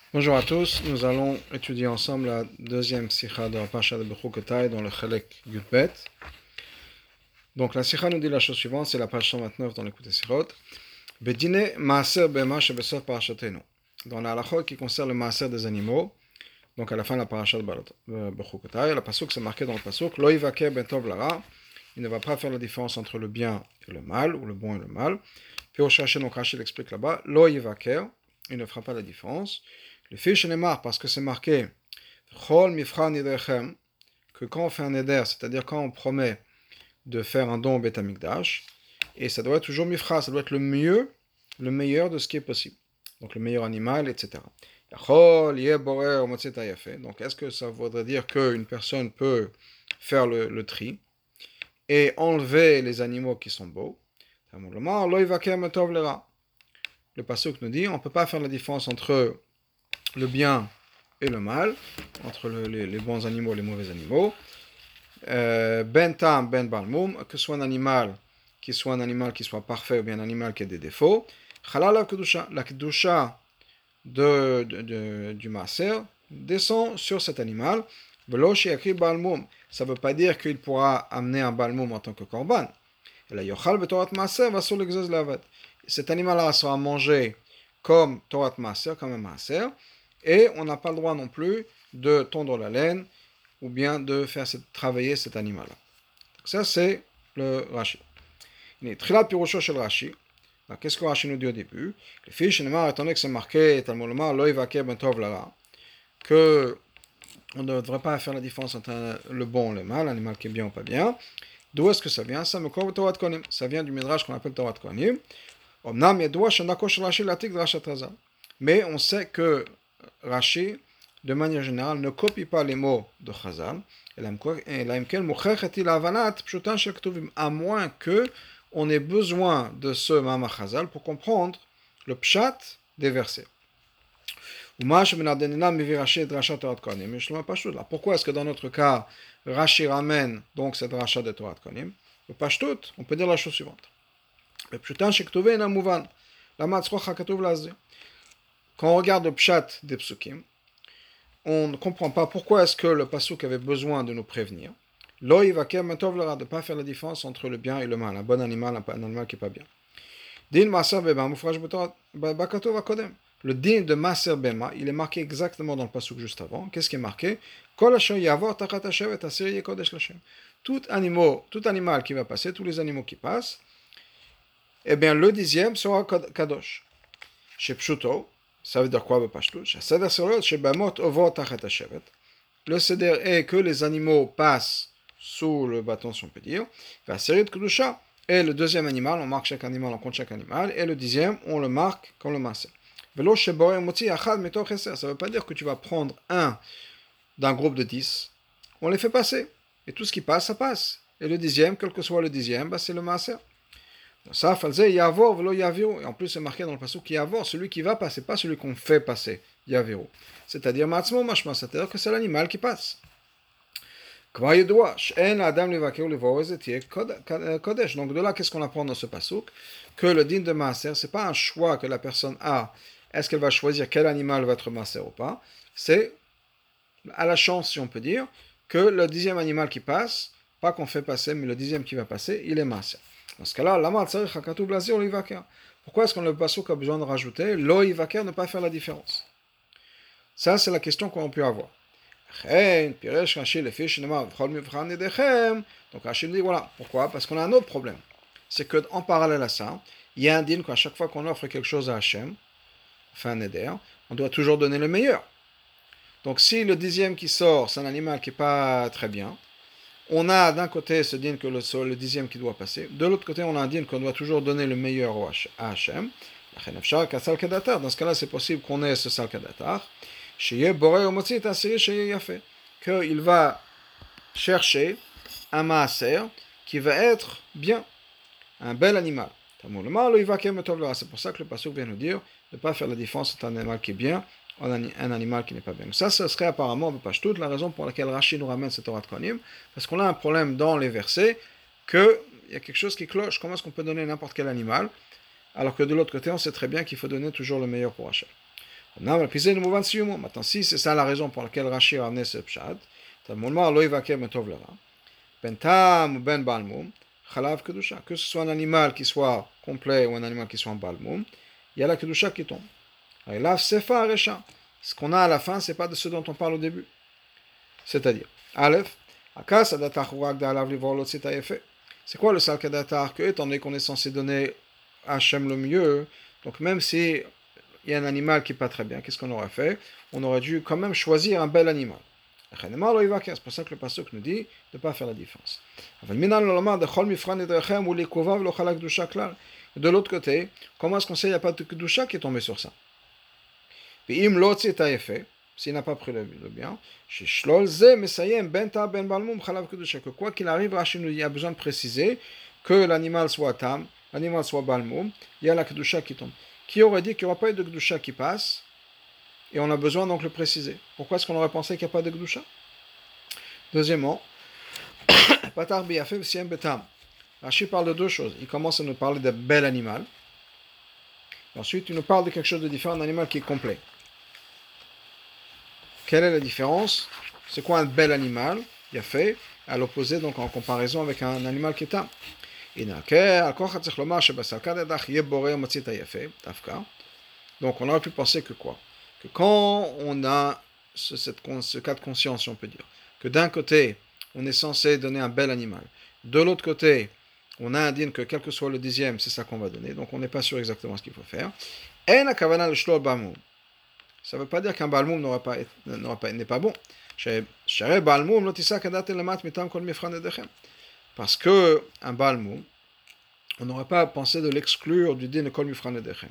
Bonjour à tous, nous allons étudier ensemble la deuxième sikha de la Parasha de Bechukotai dans le Chelek Yudbet. Donc la sikha nous dit la chose suivante, c'est la page 129 dans l'écoute Sirot. Bedine maaser bema shebesof parashatenu. Dans la halachot qui concerne le maaser des animaux, donc à la fin de la Parasha de Bechukotai, la pasuk c'est marqué dans le pasuk, lo yivaker ben tov lara, il ne va pas faire la différence entre le bien et le mal, ou le bon et le mal. Puis au chercher, donc Rachid l'explique là-bas, lo yivaker, il ne fera pas la différence. Le fiche Neymar, parce que c'est marqué que quand on fait un éder, c'est-à-dire quand on promet de faire un don au Beth Amikdash, et ça doit être toujours mifra, ça doit être le mieux, le meilleur de ce qui est possible. Donc le meilleur animal, etc. Donc est-ce que ça voudrait dire qu'une personne peut faire le tri et enlever les animaux qui sont beaux? Le pasuk nous dit on ne peut pas faire la différence entre le bien et le mal, entre les bons animaux et les mauvais animaux. Ben tam, ben balmoum, que ce soit un animal qui soit parfait ou bien un animal qui a des défauts. Chalal kedusha, la kedusha du maaser descend sur cet animal. Veloshi akri balmoum, ça ne veut pas dire qu'il pourra amener un balmoum en tant que korban. Et la yochal betorat maaser va sur l'exos lavat. Cet animal-là sera mangé comme torat maaser, comme un maaser. Et on n'a pas le droit non plus de tondre la laine ou bien de faire travailler cet animal-là. Ça, c'est le Rashi. Trila Pirusho shel Rashi. Qu'est-ce que Rashi nous dit au début? Le fiche étant donné que c'est marqué, que on ne devrait pas faire la différence entre le bon et le mal, l'animal qui est bien ou pas bien. D'où est-ce que ça vient? Ça vient du Midrash qu'on appelle Torah Kohanim. Mais on sait que Rashi, de manière générale, ne copie pas les mots de Chazal, à moins que on ait besoin de ce Mama Chazal pour comprendre le pshat des versets. Pourquoi est-ce que dans notre cas, Rashi ramène donc cette rachat de Torah Kohanim? Le pashtut, on peut dire la chose suivante. Quand on regarde le pshat des psukim, on ne comprend pas pourquoi est-ce que le pasuk avait besoin de nous prévenir. Lo yivaker mentov lara, de ne pas faire la différence entre le bien et le mal, un bon animal, un animal qui n'est pas bien. Din maser bema mufrash bakatov akodem. Le din de maser bema, il est marqué exactement dans le pasuk juste avant. Qu'est-ce qui est marqué? Kol asher yavor tachat hashevet asir yekodesh l'Hashem. Tout animal qui va passer, tous les animaux qui passent, eh bien le 10e sera kadosh. Chez Pshuto, ça veut dire quoi, le seder est que les animaux passent sous le bâton, si on peut dire. Et le deuxième animal, on marque chaque animal, on compte chaque animal. Et le 10e, on le marque comme le maser. Ça ne veut pas dire que tu vas prendre un d'un groupe de 10. On les fait passer. Et tout ce qui passe, ça passe. Et le 10e, quel que soit le 10e, c'est le maser. Ça, yavor velo yaviru. Et en plus, c'est marqué dans le pasuk yavor, celui qui va passer, pas celui qu'on fait passer, yaviru. C'est-à-dire matzmo mashma, c'est-à-dire que c'est l'animal qui passe. Donc de là, qu'est-ce qu'on apprend dans ce pasuk? Que le din de maaser, c'est pas un choix que la personne a. Est-ce qu'elle va choisir quel animal va être maaser ou pas? C'est à la chance, si on peut dire, que le 10e animal qui passe, pas qu'on fait passer, mais le 10e qui va passer, il est maaser. Dans ce cas-là, pourquoi est-ce qu'on le pasuk a besoin de rajouter lo yivaker, ne pas faire la différence? Ça, c'est la question qu'on peut avoir. Donc Rachid dit voilà, pourquoi? Parce qu'on a un autre problème. C'est qu'en parallèle à ça, il y a un din qu'à chaque fois qu'on offre quelque chose à Hachem, enfin un éder, on doit toujours donner le meilleur. Donc si le 10e qui sort, c'est un animal qui n'est pas très bien, on a d'un côté ce din que le 10e qui doit passer, de l'autre côté on a un din qu'on doit toujours donner le meilleur à Hachem. Dans ce cas-là, c'est possible qu'on ait ce sal kadatar, qu'il va chercher un maaser qui va être bien, un bel animal. C'est pour ça que le pasuk vient nous dire de ne pas faire la différence entre un animal qui est bien et un animal qui n'est pas bien. Ça, ce serait apparemment toute la raison pour laquelle Rashi nous ramène cette Torah de Kohanim, parce qu'on a un problème dans les versets, qu'il y a quelque chose qui cloche. Comment est-ce qu'on peut donner n'importe quel animal, alors que de l'autre côté, on sait très bien qu'il faut donner toujours le meilleur pour Hachem. Maintenant, si c'est ça la raison pour laquelle Rashi a amené ce pshat, que ce soit un animal qui soit complet ou un animal qui soit en balmoum, il y a la kedusha qui tombe. Et là, sefa resha. Ce qu'on a à la fin, c'est pas de ce dont on parle au début. C'est-à-dire, Aleph, c'est quoi le salkadatar? Que étant donné qu'on est censé donner à Hachem le mieux, donc même si il y a un animal qui n'est pas très bien, qu'est-ce qu'on aurait fait? On aurait dû quand même choisir un bel animal. C'est pour ça que le pasuk nous dit de ne pas faire la différence. De l'autre côté, comment est-ce qu'on sait qu'il n'y a pas de kedusha qui est tombé sur ça? S'il n'a pas pris le bien, que quoi qu'il arrive, Rashi nous dit, il y a besoin de préciser que l'animal soit tam, l'animal soit balmoum, il y a la kedusha qui tombe. Qui aurait dit qu'il n'y aura pas eu de kedusha qui passe, et on a besoin donc de le préciser. Pourquoi est-ce qu'on aurait pensé qu'il n'y a pas de kedusha? Deuxièmement, patar biyafim siem betam. Rashi parle de deux choses. Il commence à nous parler d'un bel animal, et ensuite il nous parle de quelque chose de différent, d'un animal qui est complet. Quelle est la différence? C'est quoi un bel animal? Il a fait à l'opposé, donc en comparaison avec un animal qui est tam. Donc on aurait pu penser que quoi? Que quand on a ce cas de conscience, si on peut dire, que d'un côté, on est censé donner un bel animal, de l'autre côté, on a indiqué que quel que soit le dixième, c'est ça qu'on va donner, donc on n'est pas sûr exactement ce qu'il faut faire. Ça ne veut pas dire qu'un balmoum n'est pas bon. Parce que un balmoum, on n'aurait pas pensé de l'exclure du din kol mifran edechem.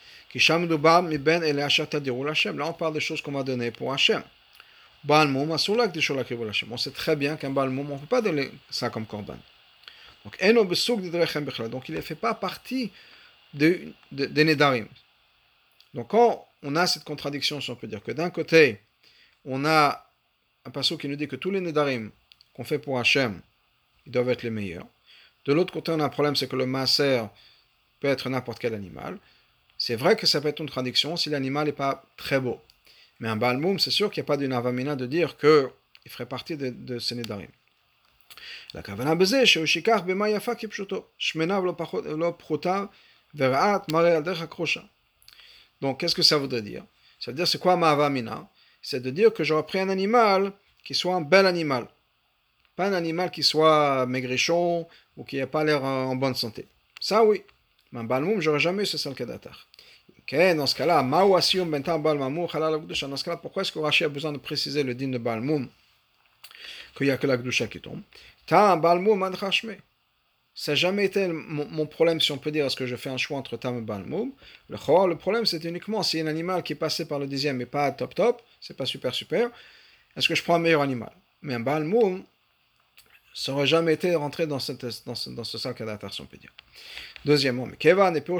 Là, on parle des choses qu'on va donner pour Hachem. On sait très bien qu'un balmoum, on ne peut pas donner ça comme korban. Donc, il ne fait pas partie des nedarim. Donc, quand on a cette contradiction, si on peut dire que d'un côté, on a un passage qui nous dit que tous les nedarim qu'on fait pour Hachem, ils doivent être les meilleurs. De l'autre côté, on a un problème, c'est que le maaser peut être n'importe quel animal. C'est vrai que ça peut être une contradiction si l'animal n'est pas très beau. Mais un balmoum, c'est sûr qu'il n'y a pas d'une avamina de dire qu'il ferait partie de ces nedarim. La kavana bezeh, sheushikach bema yafa kipshuto, shmenav lo pruta ver'at mare al derech hakrosha. Donc, qu'est-ce que ça voudrait dire? Ça veut dire, c'est quoi ma avamina? C'est de dire que j'aurais pris un animal qui soit un bel animal. Pas un animal qui soit maigrichon ou qui n'ait pas l'air en bonne santé. Ça, oui. Mais un balmoum, j'aurais jamais eu ce salkadatar. Ok, dans ce cas-là, dans ce cas-là, pourquoi est-ce que Rashi a besoin de préciser le din de balmoum? Qu'il n'y a que la gdusha qui tombe. Ta balmoum adchashme. Ça n'a jamais été mon problème, si on peut dire, est-ce que je fais un choix entre tam et balmoum. Le problème, c'est uniquement si un animal qui est passé par le dixième mais pas top, c'est pas super, est-ce que je prends un meilleur animal? Mais un balmoum, ça n'aurait jamais été rentré dans ce salkadatar, si on peut dire. Deuxièmement, étant donné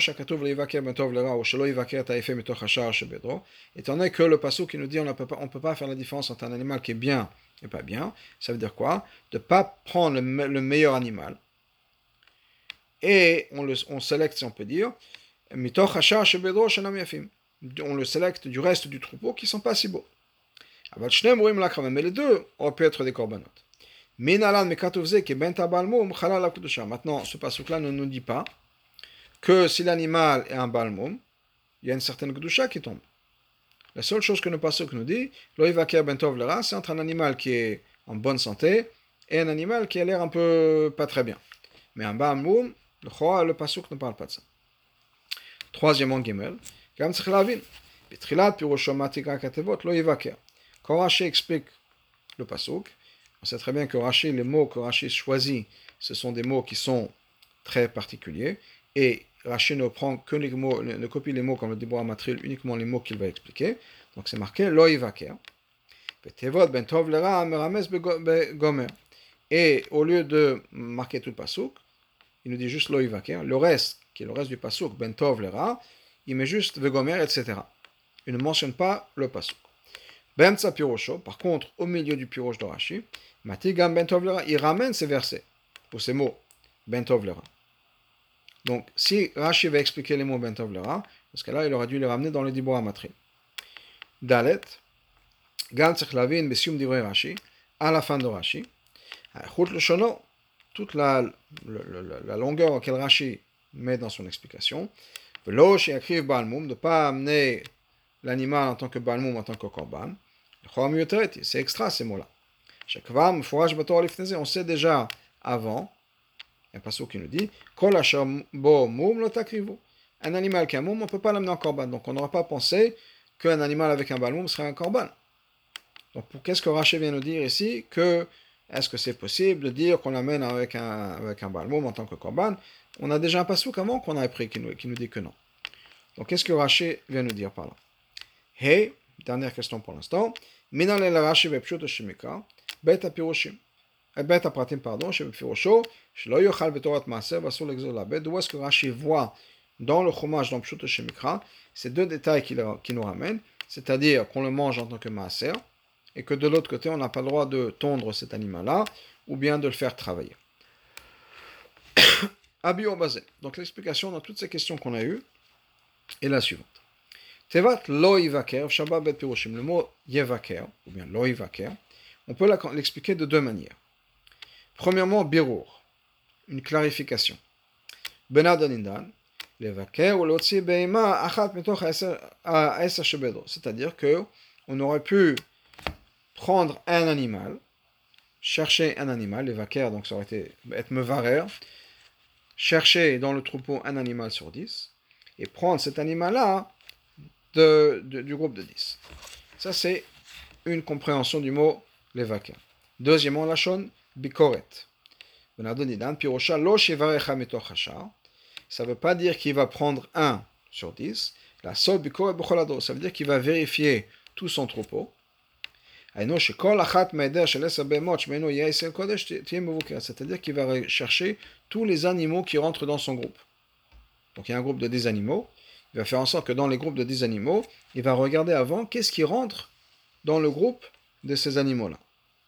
que le passage qui nous dit on ne peut pas faire la différence entre un animal qui est bien et pas bien, ça veut dire quoi? De ne pas prendre le meilleur animal, et on sélecte, si on peut dire, on le sélecte du reste du troupeau qui ne sont pas si beaux. Mais les deux auraient pu être des corbanotes. Maintenant, ce passage-là ne nous dit pas que si l'animal est un balmoum, il y a une certaine kedusha qui tombe. La seule chose que le passage nous dit, c'est entre un animal qui est en bonne santé et un animal qui a l'air un peu pas très bien. Mais un balmoum, le passage ne parle pas de ça. Troisièmement, Gimel, quand Rashi explique le passage, on sait très bien que Rashi, les mots que Rashi choisit, ce sont des mots qui sont très particuliers, et Rashi ne prend que les mots, ne copie les mots comme le Dibur Matril, uniquement les mots qu'il va expliquer. Donc c'est marqué Lo Yivaker. Et au lieu de marquer tout le pasuk, il nous dit juste Lo Yivaker. Le reste, qui est le reste du pasuk, Ben Tov Lera, il met juste Vegomer, etc. Il ne mentionne pas le pasuk. Bemtsa Pirosho, par contre, au milieu du Pirosh de Rashi, Matigam Ben Tov Lera, il ramène ces versets, pour ces mots, Ben Tov Lera. Donc, si Rashi va expliquer les mots Ben Tov Lera, parce que là, il aurait dû les ramener dans le Dibur Matril. Dalet, Gam tzarich lavin besium divrei Rashi, à la fin de Rashi, Chut Loshono, toute la longueur auquel Rashi met dans son explication, Velo she'akriv Baal Mum, de ne pas amener l'animal en tant que Baal Mum, en tant que Korban, c'est extra ces mots-là. On sait déjà avant, il y a un passage qui nous dit un animal qui a un moum, on ne peut pas l'amener en korban. Donc on n'aura pas pensé qu'un animal avec un balmoum serait un korban. Donc qu'est-ce que Rashi vient nous dire ici? Est-ce que c'est possible de dire qu'on l'amène avec un balmoum en tant que korban? On a déjà un passage avant qu'on a appris qui nous dit que non. Donc qu'est-ce que Rashi vient nous dire par là? Hey, dernière question pour l'instant. Minal el Rashi vepshut shemika. Bet hapirushim. Bet hapratim, pardon, shebepirusho, shelo yochal betorat maaser, vasur l'exod la bet. D'où est-ce que Rashi voit dans le chumash, dans Pshut Shemikra, ces deux détails qui nous ramènent, c'est-à-dire qu'on le mange en tant que maaser, et que de l'autre côté, on n'a pas le droit de tondre cet animal-là, ou bien de le faire travailler. Abi Obazé. Donc l'explication dans toutes ces questions qu'on a eues est la suivante. Tevat lo yivaker, shabbat bet pirushim. Le mot yevaker, ou bien lo yivaker, on peut l'expliquer de deux manières. Premièrement, birur, une clarification. Benadonindan, levaker ou l'otzi beima achat metoch ha'eser shebedro. C'est-à-dire que on aurait pu prendre un animal, chercher un animal, levaker, donc ça aurait été être mevarer, chercher dans le troupeau un animal sur 10, et prendre cet animal-là du groupe de 10. Ça, c'est une compréhension du mot levaker. Deuxièmement, la shon bikoret. Ça ne veut pas dire qu'il va prendre 1 sur 10. La sol bikoret b'cholado. Ça veut dire qu'il va vérifier tout son troupeau. C'est-à-dire qu'il va chercher tous les animaux qui rentrent dans son groupe. Donc il y a un groupe de 10 animaux. Il va faire en sorte que dans les groupes de 10 animaux, il va regarder avant qu'est-ce qui rentre dans le groupe de ces animaux-là.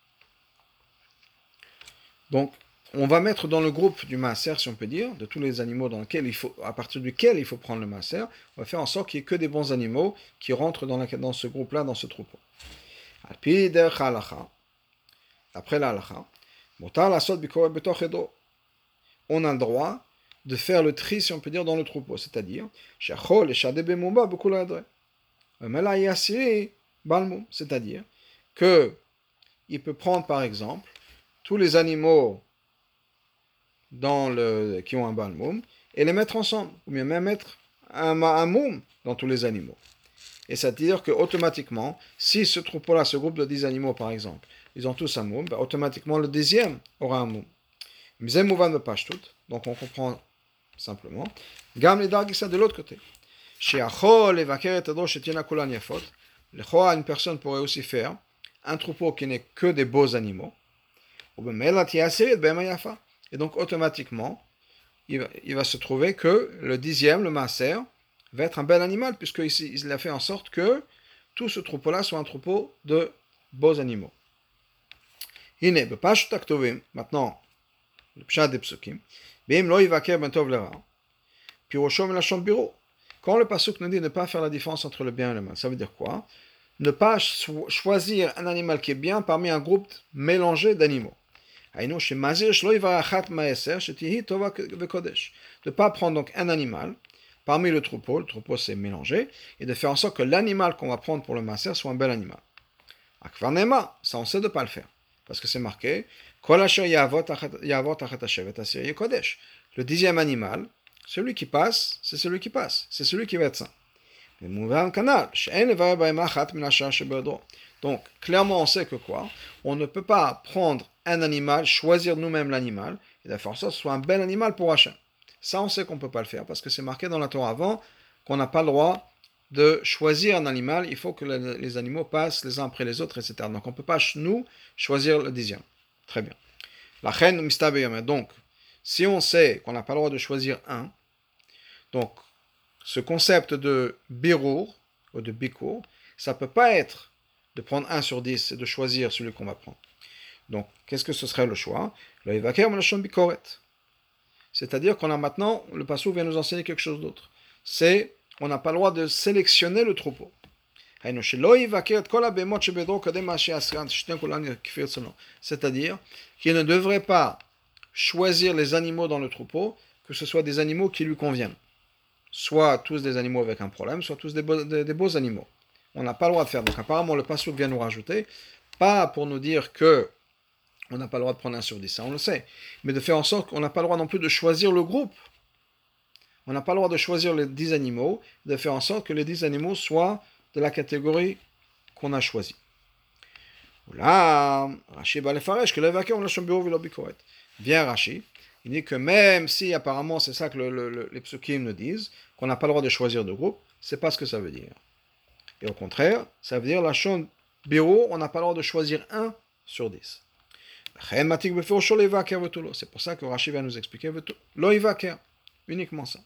Donc, on va mettre dans le groupe du maaser, si on peut dire, de tous les animaux à partir duquel il faut prendre le maaser, on va faire en sorte qu'il n'y ait que des bons animaux qui rentrent dans ce groupe-là, dans ce troupeau. Après la halakha, on a le droit de faire le tri, si on peut dire, dans le troupeau, c'est-à-dire, c'est-à-dire que il peut prendre par exemple tous les animaux qui ont un balmoum et les mettre ensemble, ou bien même mettre un moum dans tous les animaux. Et c'est-à-dire que automatiquement, si ce troupeau-là, ce groupe de 10 animaux par exemple, ils ont tous un moum, ben automatiquement le 10e aura un moum. Donc on comprend simplement. Gam les dargissa de l'autre côté. Chez Achol et Vaker et Tadro chez Tiena Kulan Yafot, une personne pourrait aussi faire un troupeau qui n'est que des beaux animaux. Et donc automatiquement, il va se trouver que le 10e, le maaser, va être un bel animal, puisqu'il a fait en sorte que tout ce troupeau-là soit un troupeau de beaux animaux. Maintenant, le pshat des psukim. Quand le pasuk nous dit de ne pas faire la différence entre le bien et le mal, ça veut dire quoi? Ne pas choisir un animal qui est bien parmi un groupe mélangé d'animaux. De ne pas prendre donc un animal parmi le troupeau c'est mélangé, et de faire en sorte que l'animal qu'on va prendre pour le maaser soit un bel animal. Ça on sait de ne pas le faire, parce que c'est marqué le 10e animal, celui qui passe, c'est celui qui passe, c'est celui qui va être saint. Donc, clairement, on sait que quoi? On ne peut pas prendre un animal, choisir nous-mêmes l'animal, et de faire en sorte que ce soit un bel animal pour Hachem. Ça, on sait qu'on ne peut pas le faire, parce que c'est marqué dans la Torah avant qu'on n'a pas le droit de choisir un animal, il faut que les animaux passent les uns après les autres, etc. Donc, on ne peut pas, nous, choisir le 10e. Très bien. La reine mistabeyama. Donc, si on sait qu'on n'a pas le droit de choisir un, donc, ce concept de birour, ou de bikour, ça ne peut pas être de prendre 1 sur 10 et de choisir celui qu'on va prendre. Donc, qu'est-ce que ce serait le choix? Le evaker melashon bikoret. C'est-à-dire qu'on a maintenant, le passou vient nous enseigner quelque chose d'autre. On n'a pas le droit de sélectionner le troupeau. C'est-à-dire qu'il ne devrait pas choisir les animaux dans le troupeau, que ce soit des animaux qui lui conviennent. Soit tous des animaux avec un problème, soit tous des beaux animaux. On n'a pas le droit de faire. Donc apparemment le passouk vient nous rajouter, pas pour nous dire que on n'a pas le droit de prendre un sur 10, ça on le sait, mais de faire en sorte qu'on n'a pas le droit non plus de choisir le groupe. On n'a pas le droit de choisir les 10 animaux, de faire en sorte que les 10 animaux soient de la catégorie qu'on a choisie. Là, Rashi va les faresh, que l'évacuer, on l'a chambéo velo bikoret. Vient Rashi, il dit que même si apparemment c'est ça que les psukim nous disent, qu'on n'a pas le droit de choisir de groupe, c'est pas ce que ça veut dire. Et au contraire, ça veut dire la chambre bureau, on n'a pas le droit de choisir 1 sur 10. C'est pour ça que Rashi va nous expliquer lo ivaker, uniquement ça.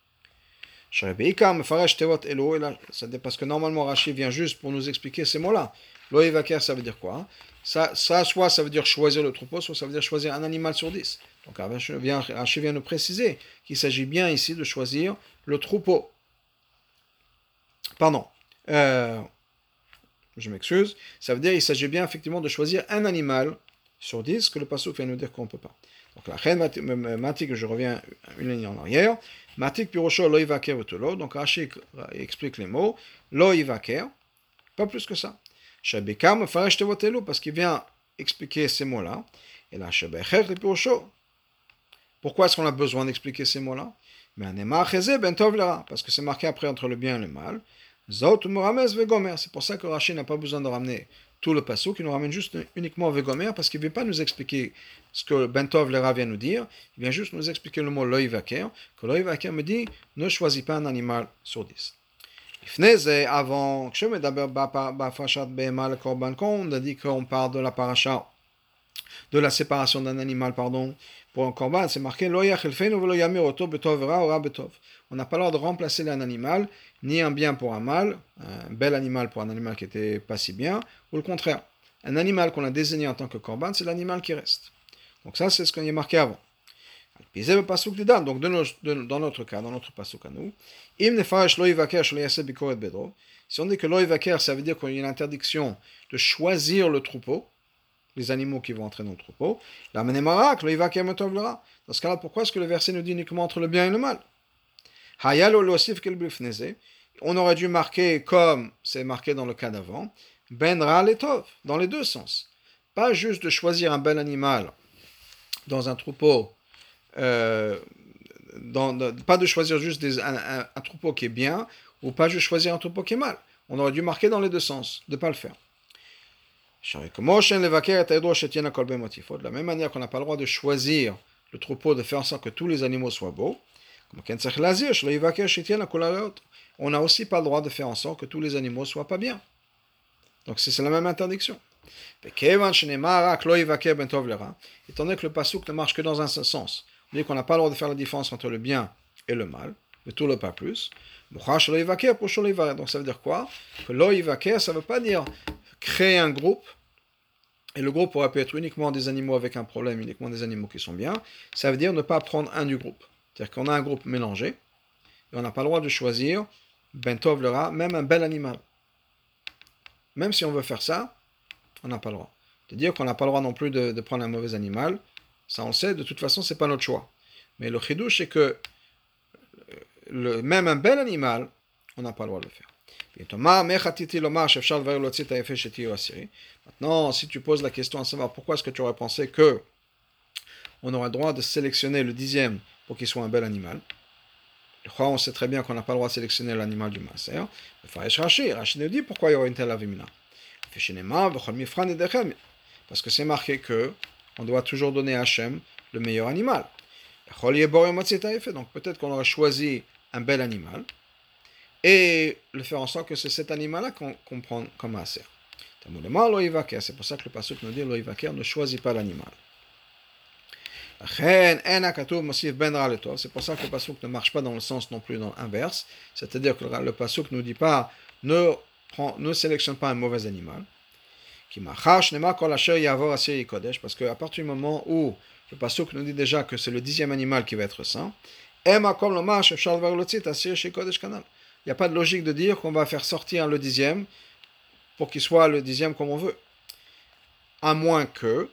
Parce que normalement Rashi vient juste pour nous expliquer ces mots-là. Lo ivaker, ça veut dire quoi? Ça, soit ça veut dire choisir le troupeau, soit ça veut dire choisir un animal sur 10. Donc Rashi vient nous préciser qu'il s'agit bien ici de choisir le troupeau. Pardon. Je m'excuse. Ça veut dire qu'il s'agit bien effectivement de choisir un animal sur 10, que le passouk vient nous dire qu'on ne peut pas. Donc la reine matik, je reviens une ligne en arrière. Matik pirosho lo ivaker v'tolo. Donc Rashi explique les mots. Lo ivaker, pas plus que ça. Shabekam faresh tevotelu, parce qu'il vient expliquer ces mots-là. Et là, shabecher le pirosho. Pourquoi est-ce qu'on a besoin d'expliquer ces mots-là? Mais anema cheze ben tov lera, parce que c'est marqué après entre le bien et le mal. Zot morames vegomer. C'est pour ça que Rashi n'a pas besoin de ramener tout le passouk, il nous ramène juste uniquement vegomer, parce qu'il ne veut pas nous expliquer ce que Bentov Lera vient nous dire, il vient juste nous expliquer le mot loïvaker, que loïvaker me dit ne choisis pas un animal sur 10. Avant, quand on a dit qu'on parle de la paracha, de la séparation d'un animal, pour un korban, c'est marqué on n'a pas le droit de remplacer un animal, ni un bien pour un mal, un bel animal pour un animal qui n'était pas si bien, ou le contraire. Un animal qu'on a désigné en tant que korban, c'est l'animal qui reste. Donc ça, c'est ce qu'on y a marqué avant. Donc dans notre cas, dans notre pasuk à nous, si on dit que loïvaker, ça veut dire qu'il y a une interdiction de choisir le troupeau, les animaux qui vont entrer dans le troupeau. La menémarak, loïvaker metovlera. Dans ce cas-là, pourquoi est-ce que le verset nous dit uniquement entre le bien et le mal? On aurait dû marquer comme c'est marqué dans le cas d'avant, ben ra letov, dans les deux sens. Pas juste de choisir un bel animal dans un troupeau, pas de choisir juste un troupeau qui est bien, ou pas juste choisir un troupeau qui est mal. On aurait dû marquer dans les deux sens, de ne pas le faire. De la même manière qu'on n'a pas le droit de choisir le troupeau, de faire en sorte que tous les animaux soient beaux, on n'a aussi pas le droit de faire en sorte que tous les animaux soient pas bien. Donc c'est la même interdiction. Étant donné que le pasuk ne marche que dans un seul sens, on dit qu'on n'a pas le droit de faire la différence entre le bien et le mal, mais tout le pas plus. Donc ça veut dire quoi? Que loïvaker, ça ne veut pas dire créer un groupe, et le groupe pourrait être uniquement des animaux avec un problème, uniquement des animaux qui sont bien. Ça veut dire ne pas prendre un du groupe. C'est-à-dire qu'on a un groupe mélangé, et on n'a pas le droit de choisir, bentov lera, même un bel animal. Même si on veut faire ça, on n'a pas le droit. De dire qu'on n'a pas le droit non plus de prendre un mauvais animal, ça on le sait, de toute façon, c'est pas notre choix. Mais le chidouche, c'est que même un bel animal, on n'a pas le droit de le faire. Maintenant, si tu poses la question à savoir pourquoi est-ce que tu aurais pensé que on aurait le droit de sélectionner le 10e pour qu'il soit un bel animal, on sait très bien qu'on n'a pas le droit de sélectionner l'animal du maaser. Rashi nous dit pourquoi il y aurait une telle avimina. Parce que c'est marqué que on doit toujours donner à Hachem le meilleur animal. Donc peut-être qu'on aurait choisi un bel animal et le faire en sorte que c'est cet animal-là qu'on prend comme maaser. C'est pour ça que le pasuk nous dit loïvaker ne choisit pas l'animal. C'est pour ça que le pasuk ne marche pas dans le sens non plus dans l'inverse, c'est-à-dire que le pasuk ne nous dit pas ne sélectionne pas un mauvais animal. Parce qu'à partir du moment où le pasuk nous dit déjà que c'est le 10e animal qui va être saint, il n'y a pas de logique de dire qu'on va faire sortir le 10e pour qu'il soit le dixième comme on veut. À moins que,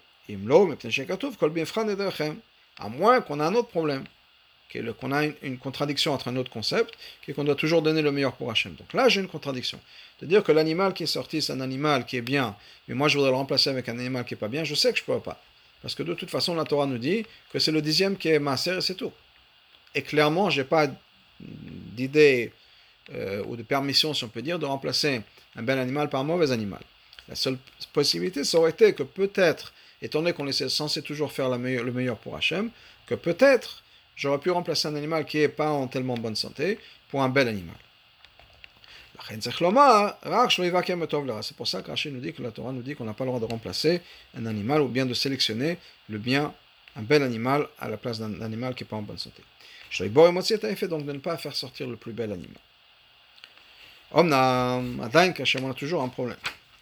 à moins qu'on a un autre problème, qu'on a une contradiction entre un autre concept, qu'on doit toujours donner le meilleur pour Hachem. Donc là, j'ai une contradiction. De dire que l'animal qui est sorti, c'est un animal qui est bien, mais moi je voudrais le remplacer avec un animal qui n'est pas bien, je sais que je ne peux pas. Parce que de toute façon, la Torah nous dit que c'est le dixième qui est maaser et c'est tout. Et clairement, je n'ai pas d'idée ou de permission, si on peut dire, de remplacer un bel animal par un mauvais animal. La seule possibilité, ça aurait été que peut-être, étant donné qu'on est censé toujours faire le meilleur pour Hachem, que peut-être j'aurais pu remplacer un animal qui n'est pas en tellement bonne santé pour un bel animal. C'est pour ça que Rachid nous dit que la Torah nous dit qu'on n'a pas le droit de remplacer un animal ou bien de sélectionner un bel animal à la place d'un animal qui n'est pas en bonne santé. Donc de ne pas faire sortir le plus bel animal. On a toujours un problème.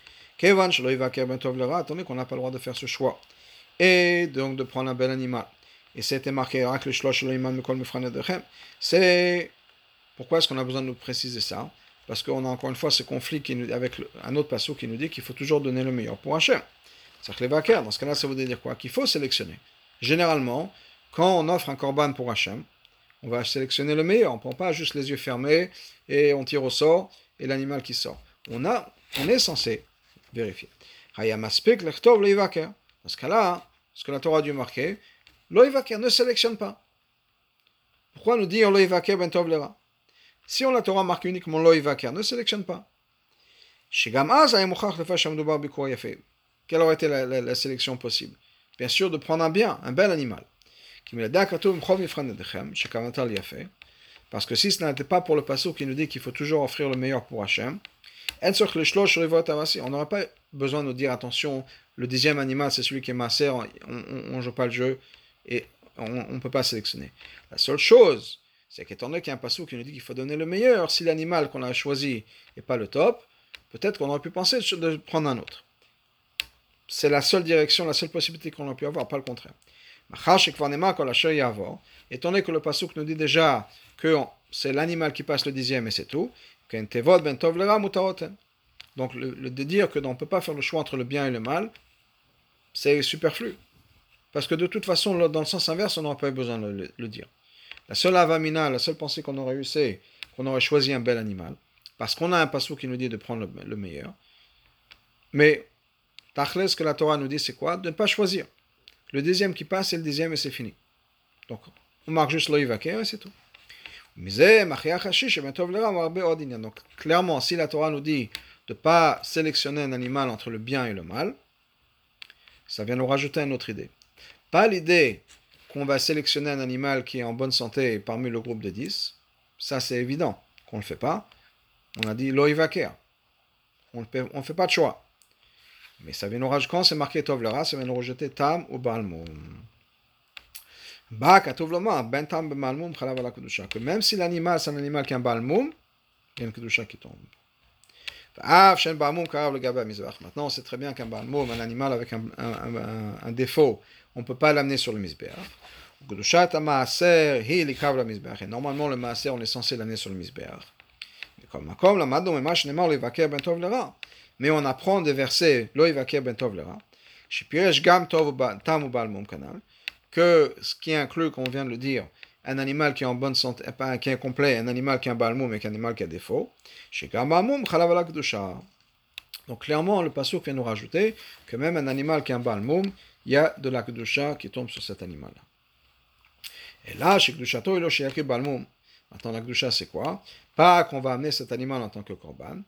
Attendez qu'on n'a pas le droit de faire ce choix. Et donc de prendre un bel animal. Et c'était marqué, c'est pourquoi est-ce qu'on a besoin de nous préciser ça? Parce qu'on a encore une fois ce conflit avec un autre passage qui nous dit qu'il faut toujours donner le meilleur pour Hachem. Dans ce cas-là, ça veut dire quoi? Qu'il faut sélectionner. Généralement, quand on offre un korban pour Hachem, on va sélectionner le meilleur. On ne prend pas juste les yeux fermés et on tire au sort et l'animal qui sort. On est censé vérifier. Dans ce cas-là, ce que la Torah a dû marquer, Loïvaker ne sélectionne pas. Pourquoi nous dire Loïvaker ben tov lera? Si on la Torah marque uniquement Loïvaker, ne sélectionne pas. Quelle aurait été la sélection possible? Bien sûr, de prendre un bel animal. Parce que si ce n'était pas pour le passage qui nous dit qu'il faut toujours offrir le meilleur pour Hachem, on n'aurait pas besoin de nous dire attention, le dixième animal c'est celui qui est maaser, on ne joue pas le jeu et on ne peut pas sélectionner. La seule chose, c'est qu'étant donné qu'il y a un passage qui nous dit qu'il faut donner le meilleur, si l'animal qu'on a choisi n'est pas le top, peut-être qu'on aurait pu penser de prendre un autre. C'est la seule direction, la seule possibilité qu'on a pu avoir, pas le contraire. Étant donné que le pasuk nous dit déjà que c'est l'animal qui passe le dixième et c'est tout, donc de dire que on ne peut pas faire le choix entre le bien et le mal, c'est superflu. Parce que de toute façon, dans le sens inverse, on n'aurait pas eu besoin de le dire. La seule avamina, la seule pensée qu'on aurait eue, c'est qu'on aurait choisi un bel animal, parce qu'on a un pasuk qui nous dit de prendre le meilleur. Mais, tachles, ce que la Torah nous dit, c'est quoi? De ne pas choisir. Le dixième qui passe, c'est le dixième et c'est fini. Donc, on marque juste l'oïvaker et c'est tout. Donc, clairement, si la Torah nous dit de ne pas sélectionner un animal entre le bien et le mal, ça vient nous rajouter une autre idée. Pas l'idée qu'on va sélectionner un animal qui est en bonne santé parmi le groupe de 10. Ça, c'est évident qu'on ne le fait pas. On a dit l'oïvaker. On ne fait pas de choix. Mais ça vient nous rajouter, quand c'est marqué Tov Lera, ça vient nous rejeter Tam ou Balmoum. Que même si l'animal, c'est un animal qui a un Balmoum, il y a une Kedusha qui tombe. Maintenant, on sait très bien qu'un Balmoum, un animal avec un défaut, on ne peut pas l'amener sur le Mizbeach. Et normalement, le Maaser, on est censé l'amener sur le Mizbeach. Mais on apprend des versets Loïvaker ben tov lera, que ce qui inclut, comme on vient de le dire, un animal qui est en bonne santé, qui est complet, un animal qui a un balmoum et un animal qui a défaut. Donc clairement, le pasuk vient nous rajouter que même un animal qui a un balmoum, il y a de la kedusha qui tombe sur cet animal-là. Et là, chez kedushato, il y a balmoum. Maintenant, la kedusha, c'est quoi? Pas qu'on va amener cet animal en tant que korban.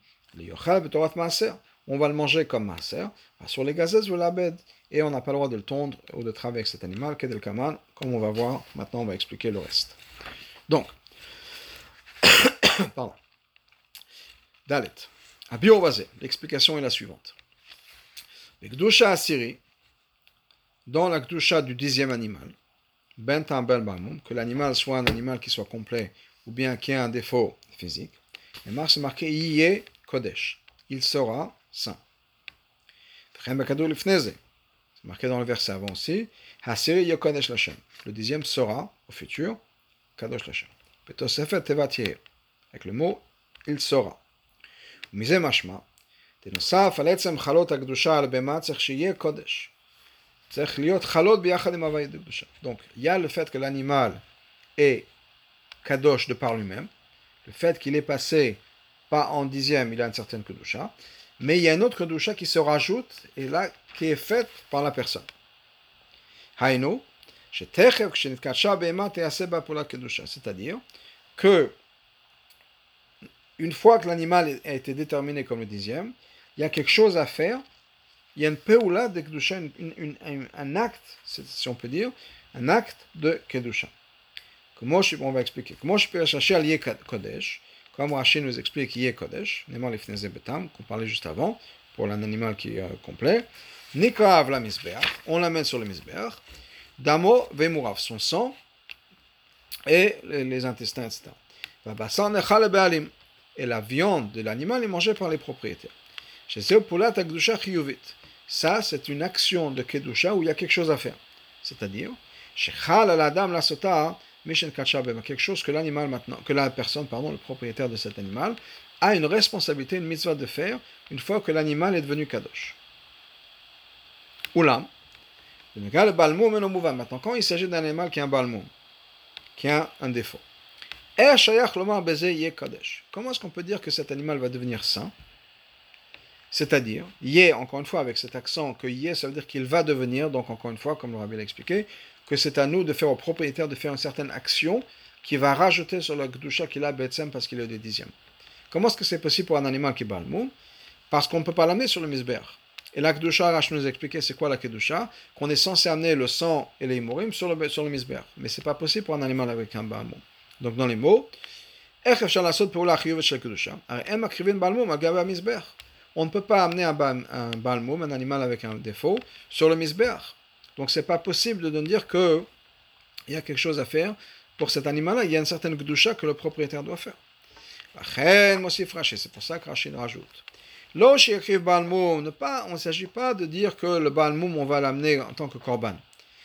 On va le manger comme maaser, sur les gazelles ou la bête, et on n'a pas le droit de le tondre ou de travailler avec cet animal, comme on va voir, maintenant on va expliquer le reste. Donc, pardon. Dalet. À Biovazé, l'explication est la suivante. Le Gdusha Asiri, dans la Gdusha du 10e animal, Ben Tambel Balmoum, que l'animal soit un animal qui soit complet ou bien qui ait un défaut physique, et c'est marqué Yé Kodesh. Il sera saint. C'est marqué dans le verset avant aussi. Hasiri Yokodesh Lachem. Le 10e sera, au futur, Kadosh Lachem. Petosefet Tevatier. Avec le mot, il sera. Mise Mashma. תנוסף על עצם חלות הקדושה על הבהמה צריך שיהיה קודש. צריך להיות חלות ביחד עם הוויה דקדושה. Donc, il y a le fait que l'animal est kadosh de par lui-même, le fait qu'il est passé pas en dixième, il a une certaine kedusha, mais il y a une autre kedusha qui se rajoute, et là, qui est faite par la personne. Haïno, c'est-à-dire que une fois que l'animal a été déterminé comme le dixième, il y a quelque chose à faire, il y a une peoula de kedusha, un acte, si on peut dire, un acte de kedusha. On va expliquer. Comment je peux chercher à lier kodesh, comme Rashi nous explique Yé Kodesh, qu'on parlait juste avant, pour un animal qui est complet. Nikrav la misbeach, on l'amène sur le misbeach. Damo vemourav, son sang et les intestins, etc. Et la viande de l'animal est mangée par les propriétaires. Ça, c'est une action de kedusha où il y a quelque chose à faire. C'est-à-dire, quelque chose que l'animal maintenant, que la personne, pardon, le propriétaire de cet animal, a une responsabilité, une mitzvah de faire une fois que l'animal est devenu kadosh. Oulam. Maintenant, quand il s'agit d'un animal qui a un balmoum, qui a un défaut, comment est-ce qu'on peut dire que cet animal va devenir saint? C'est-à-dire, yé, encore une fois, avec cet accent que yé, ça veut dire qu'il va devenir, donc encore une fois, comme le rabbi l'a expliqué, que c'est à nous de faire au propriétaire de faire une certaine action qui va rajouter sur la kedusha qu'il a betsem parce qu'il est de dixième. Comment est-ce que c'est possible pour un animal qui balmoum? Parce qu'on ne peut pas l'amener sur le misbeach. Et la kedusha, Rashi nous a expliqué c'est quoi la kedusha, qu'on est censé amener le sang et les imorim sur le misbeach. Mais c'est pas possible pour un animal avec un balmoum. Donc dans les mots, on ne peut pas amener un balmoum, un animal avec un défaut, sur le misbeach. Donc c'est pas possible de dire qu'il y a quelque chose à faire pour cet animal-là. Il y a une certaine kedusha que le propriétaire doit faire. C'est pour ça que Rashi rajoute. On ne s'agit pas de dire que le balmoum, on va l'amener en tant que korban.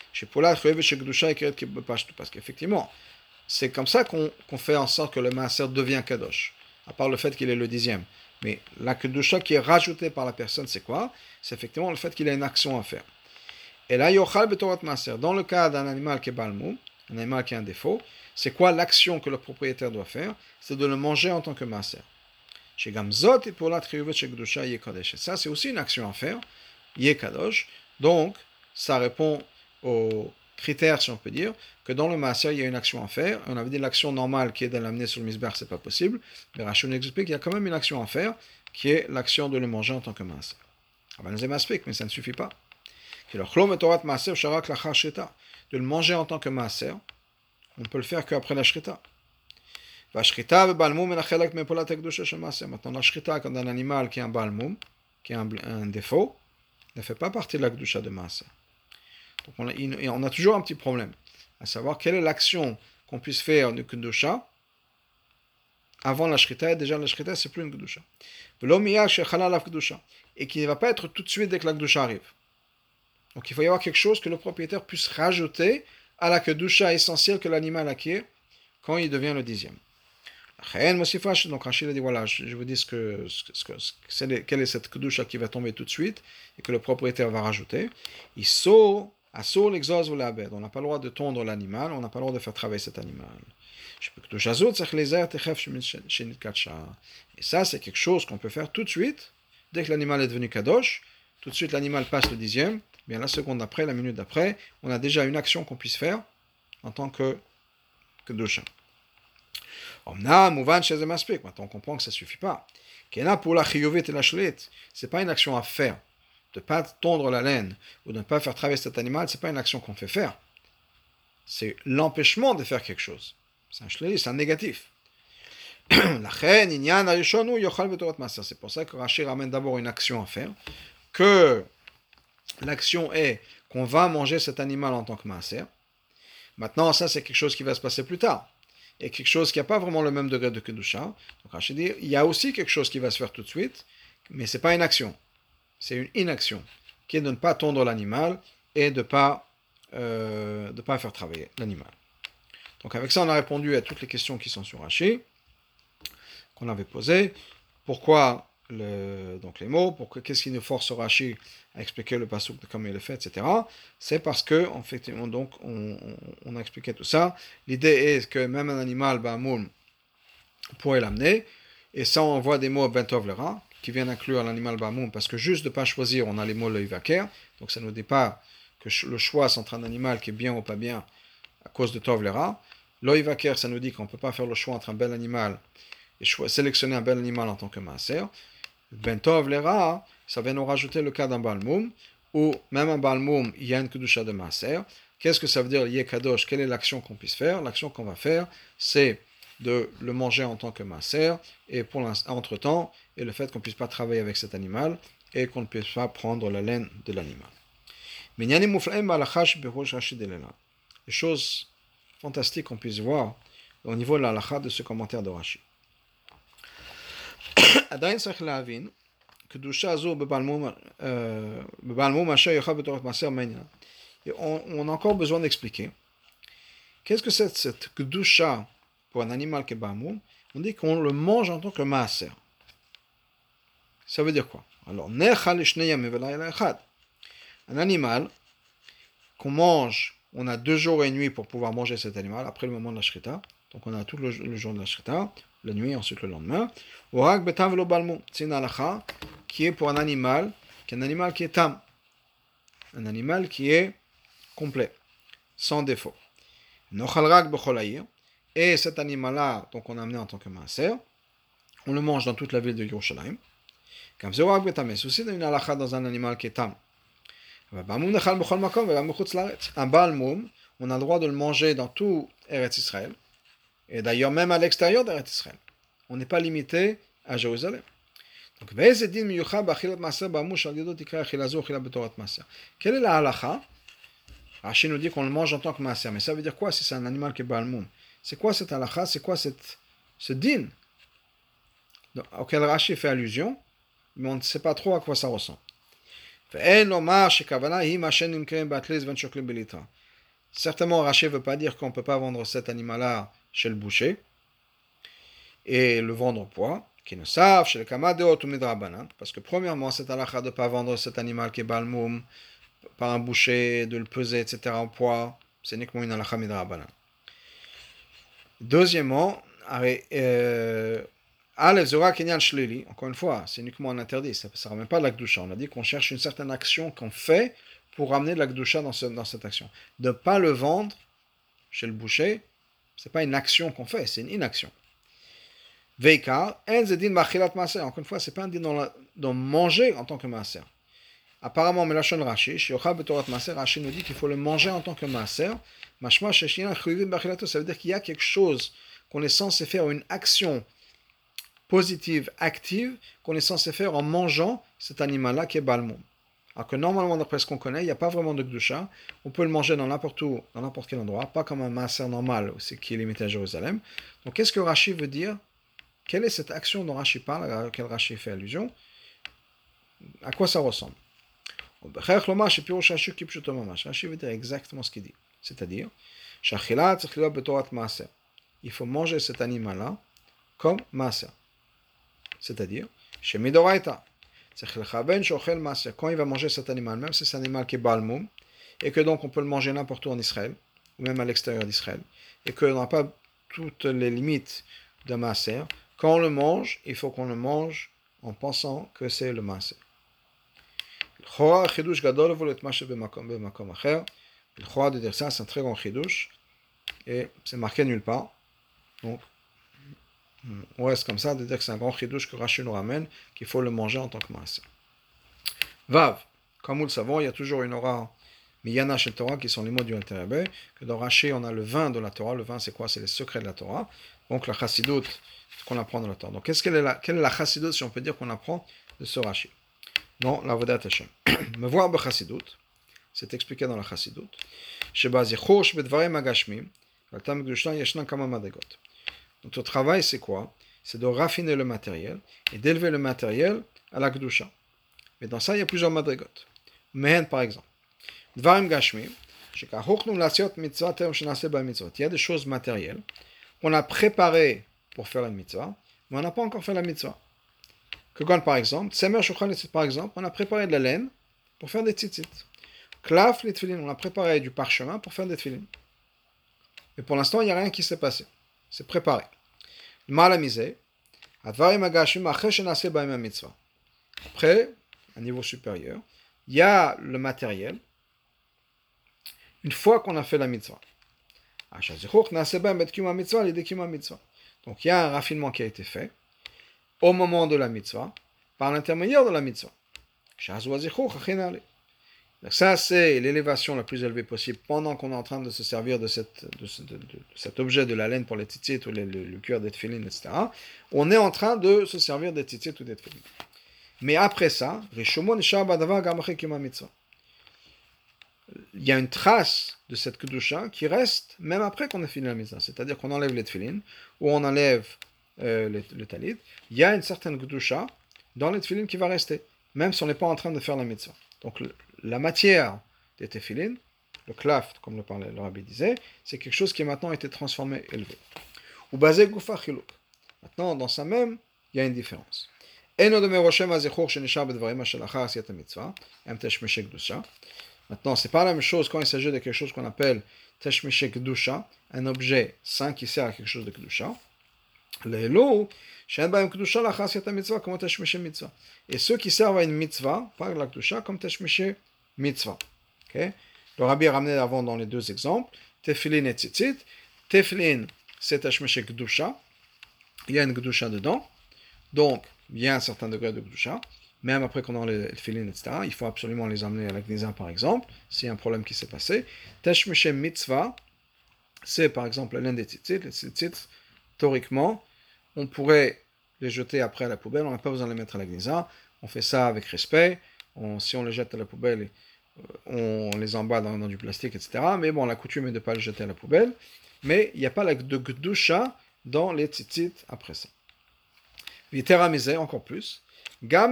Parce qu'effectivement, c'est comme ça qu'on fait en sorte que le maaser devient kadosh, à part le fait qu'il est le dixième. Mais la kedusha qui est rajoutée par la personne, c'est quoi? C'est effectivement le fait qu'il a une action à faire. Et là, yochal betorat maaser. Dans le cas d'un animal qui est balmoum, un animal qui a un défaut, c'est quoi l'action que le propriétaire doit faire? C'est de le manger en tant que maaser. Chez Gamzot et pour la triuvet chez Gdusha Yekadosh. Ça, c'est aussi une action à faire, Yekadosh. Donc, ça répond aux critères, si on peut dire, que dans le maaser, il y a une action à faire. On avait dit l'action normale qui est de l'amener sur le misbeach, c'est pas possible. Mais Rashi nous explique qu'il y a quand même une action à faire, qui est l'action de le manger en tant que maaser. Mais ça ne suffit pas. De le manger en tant que maaser, on peut le faire qu'après la shrita. Maintenant, la shrita, quand un animal qui a un balmoum, qui a un défaut, ne fait pas partie de la kedusha de maaser. Donc on a toujours un petit problème, à savoir quelle est l'action qu'on puisse faire de kedusha avant la shrita. Déjà la shrita, c'est plus une kedusha. Et qui ne va pas être tout de suite dès que la kedusha arrive. Donc il faut y avoir quelque chose que le propriétaire puisse rajouter à la kedusha essentielle que l'animal acquiert quand il devient le dixième. Donc Rachid a dit voilà, je vous dis quelle est cette kedusha qui va tomber tout de suite et que le propriétaire va rajouter. Il saut, assur l'exos ou l'abed. On n'a pas le droit de tondre l'animal, on n'a pas le droit de faire travailler cet animal. Et ça, c'est quelque chose qu'on peut faire tout de suite, dès que l'animal est devenu kadosh. Tout de suite, l'animal passe le dixième. Bien la seconde d'après, la minute d'après, on a déjà une action qu'on puisse faire en tant que kedusha. Maintenant, on comprend que ça ne suffit pas. C'est pas une action à faire. De ne pas tondre la laine ou de ne pas faire travailler cet animal, ce n'est pas une action qu'on fait faire. C'est l'empêchement de faire quelque chose. C'est un shléli, c'est un négatif. C'est pour ça que Rashi ramène d'abord une action à faire, que l'action est qu'on va manger cet animal en tant que maaser. Maintenant, ça c'est quelque chose qui va se passer plus tard. Et quelque chose qui n'a pas vraiment le même degré de kedusha. Donc Rashi dit, il y a aussi quelque chose qui va se faire tout de suite, mais ce n'est pas une action. C'est une inaction, qui est de ne pas tondre l'animal et de ne pas faire travailler l'animal. Donc avec ça, on a répondu à toutes les questions qui sont sur Rashi, qu'on avait posées. Pourquoi donc les mots, qu'est-ce qui nous force Rashi à expliquer le pasuk de comme il le fait, etc. C'est parce que, effectivement, donc, on a expliqué tout ça. L'idée est que même un animal, Ba'amoum, pourrait l'amener, et ça, on voit des mots Bentov Lera, qui viennent inclure l'animal Ba'amoum, parce que juste de ne pas choisir, on a les mots Loïvaker, donc ça ne nous dit pas que le choix c'est entre un animal qui est bien ou pas bien à cause de Tov Lera. Loïvaker, ça nous dit qu'on ne peut pas faire le choix entre un bel animal et sélectionner un bel animal en tant que maaser. Bentov Lera, ça vient nous rajouter le cas d'un balmoum, où même un balmoum, il y a une kedusha de maaser. Qu'est-ce que ça veut dire, yekadosh? Quelle est l'action qu'on puisse faire? L'action qu'on va faire, c'est de le manger en tant que maaser, et pour entre-temps, et le fait qu'on ne puisse pas travailler avec cet animal, et qu'on ne puisse pas prendre la laine de l'animal. Les choses fantastiques qu'on puisse voir au niveau de la halakha de ce commentaire de Rashi. On a encore besoin d'expliquer. Qu'est-ce que c'est cette kedusha pour un animal qui est balmoum? On dit qu'on le mange en tant que maaser. Ça veut dire quoi? Alors, un animal qu'on mange, on a 2 jours et une nuit pour pouvoir manger cet animal après le moment de la shrita. Donc on a tout le jour de la shrita, la nuit, ensuite le lendemain. C'est une halakha qui est pour un animal qui est tam, un animal qui est complet, sans défaut. Et cet animal-là, donc on a amené en tant que maaser, on le mange dans toute la ville de Yerushalayim. Comme c'est aussi une halakha dans un animal qui est tam. Un balmoum, on a le droit de le manger dans tout Eretz Israël, et d'ailleurs même à l'extérieur d'Eretz Israël. On n'est pas limité à Jérusalem. Donc, quelle est la halakha? Rashi nous dit qu'on le mange en tant que maaser, mais ça veut dire quoi si c'est un animal qui est balmoum? C'est quoi cette halakha? C'est quoi ce din auquel Rashi fait allusion, mais on ne sait pas trop à quoi ça ressemble. Certainement, Rashi ne veut pas dire qu'on ne peut pas vendre cet animal-là chez le boucher et le vendre au poids, qui ne savent chez le kamadeot ou midrabanan, parce que premièrement, c'est halakha de ne pas vendre cet animal qui est balmoum par un boucher, de le peser, etc. en poids, c'est uniquement une halakha midrabanan. Deuxièmement, encore une fois, c'est uniquement un interdit, ça ne ramène pas de la kedusha. On a dit qu'on cherche une certaine action qu'on fait pour ramener de la kedusha dans cette action. De ne pas le vendre chez le boucher, ce n'est pas une action qu'on fait, c'est une inaction. Veikar, encore une fois, ce n'est pas un din dans manger en tant que maaser. Apparemment, Melachon Rashi, Rashi nous dit qu'il faut le manger en tant que maaser. Ça veut dire qu'il y a quelque chose qu'on est censé faire, une action positive, active, qu'on est censé faire en mangeant cet animal-là qui est balmoum. Alors que normalement, d'après ce qu'on connaît, il n'y a pas vraiment de kedusha. On peut le manger dans n'importe où, dans n'importe quel endroit, pas comme un maaser normal, qui est limité à Jérusalem. Donc, qu'est-ce que Rashi veut dire? Quelle est cette action dont Rashi parle, à laquelle Rashi fait allusion? À quoi ça ressemble? Rashi veut dire exactement ce qu'il dit. C'est-à-dire, il faut manger cet animal-là comme maaser. C'est-à-dire, chez Midoraita, quand il va manger cet animal, même si c'est un animal qui est balmoum, et que donc on peut le manger n'importe où en Israël, ou même à l'extérieur d'Israël, et qu'on n'a pas toutes les limites de maaser, quand on le mange, il faut qu'on le mange en pensant que c'est le maaser. Le choix de dire ça, c'est un très grand chidouche, et c'est marqué nulle part. Donc, on reste comme ça, de dire que c'est un grand chidouche que Rashi nous ramène, qu'il faut le manger en tant que maaser. Vav, comme nous le savons, il y a toujours une aura miyana chez Torah, qui sont les mots du Alter, que dans Rashi, on a le vin de la Torah. Le vin, c'est quoi? C'est les secrets de la Torah. Donc, la chassidoute qu'on apprend dans la Torah. Donc, quelle est la chassidoute, si on peut dire, qu'on apprend de ce Rashi? Non, la Vodat Hashem. Me voir be chassidoute, c'est expliqué dans la chassidoute. Sheba zichosh bedvarem agashmim, valtam gdushan yeshnan kama madrigot. Notre travail, c'est quoi? C'est de raffiner le matériel et d'élever le matériel à la Kedusha. Mais dans ça, il y a plusieurs madrigot. Mehen, par exemple. Dvarim Gashmi, il y a des choses matérielles qu'on a préparées pour faire une mitzvah, mais on n'a pas encore fait la mitzvah. Kogan par exemple, Tsemer Shulchan par exemple, on a préparé de la laine pour faire des tzitzit. Klaf les tefillin, on a préparé du parchemin pour faire des tefillin. Et pour l'instant, il n'y a rien qui s'est passé. C'est préparé. Malamisé, Advarim Agashim Acher Shenase Baim Mitzvah. Après, à niveau supérieur, il y a le matériel une fois qu'on a fait la mitzvah. Donc il y a un raffinement qui a été fait au moment de la mitzvah, par l'intermédiaire de la mitzvah. Donc ça, c'est l'élévation la plus élevée possible pendant qu'on est en train de se servir de cet objet de la laine pour les tzitzit ou le cuir des tefillin, etc. On est en train de se servir des tzitzit ou des tefillin. Mais après ça, il y a une trace de cette kedusha qui reste même après qu'on ait fini la mitzvah. C'est-à-dire qu'on enlève les tefillin ou on enlève le talit. Il y a une certaine kedusha dans les tefillin qui va rester, même si on n'est pas en train de faire la mitzvah. Donc la matière des tefillin, le klaft, comme le rabbi disait, c'est quelque chose qui maintenant a été transformé, élevé. Ou basé gufa chiluk. Maintenant, dans ça même, il y a une différence. Maintenant, c'est pas la même chose quand il s'agit de quelque chose qu'on appelle teshmishe kedusha, un objet saint qui sert à quelque chose de kedusha. Et ceux qui servent à une mitzvah, par la kedusha, comme teshmishe mitzvah. Okay? Le rabbi a ramené avant dans les deux exemples, tefillin et tzitzit. Tefillin, c'est teshmishe kedusha. Il y a une kedusha dedans. Donc, il y a un certain degré de kedusha. Même après qu'on a les tefillin, etc., il faut absolument les amener à la gnisa, par exemple, s'il y a un problème qui s'est passé. Teshmishe mitzvah, c'est par exemple la laine des tzitzit. Les tzitzit, théoriquement, on pourrait les jeter après à la poubelle, on n'a pas besoin de les mettre à la gnisa. On fait ça avec respect. Si on les jette à la poubelle, on les emballe dans du plastique, etc. Mais bon, la coutume est de ne pas les jeter à la poubelle. Mais il n'y a pas de kedusha dans les tzitzit après ça. Viteramisé, encore plus. Il y a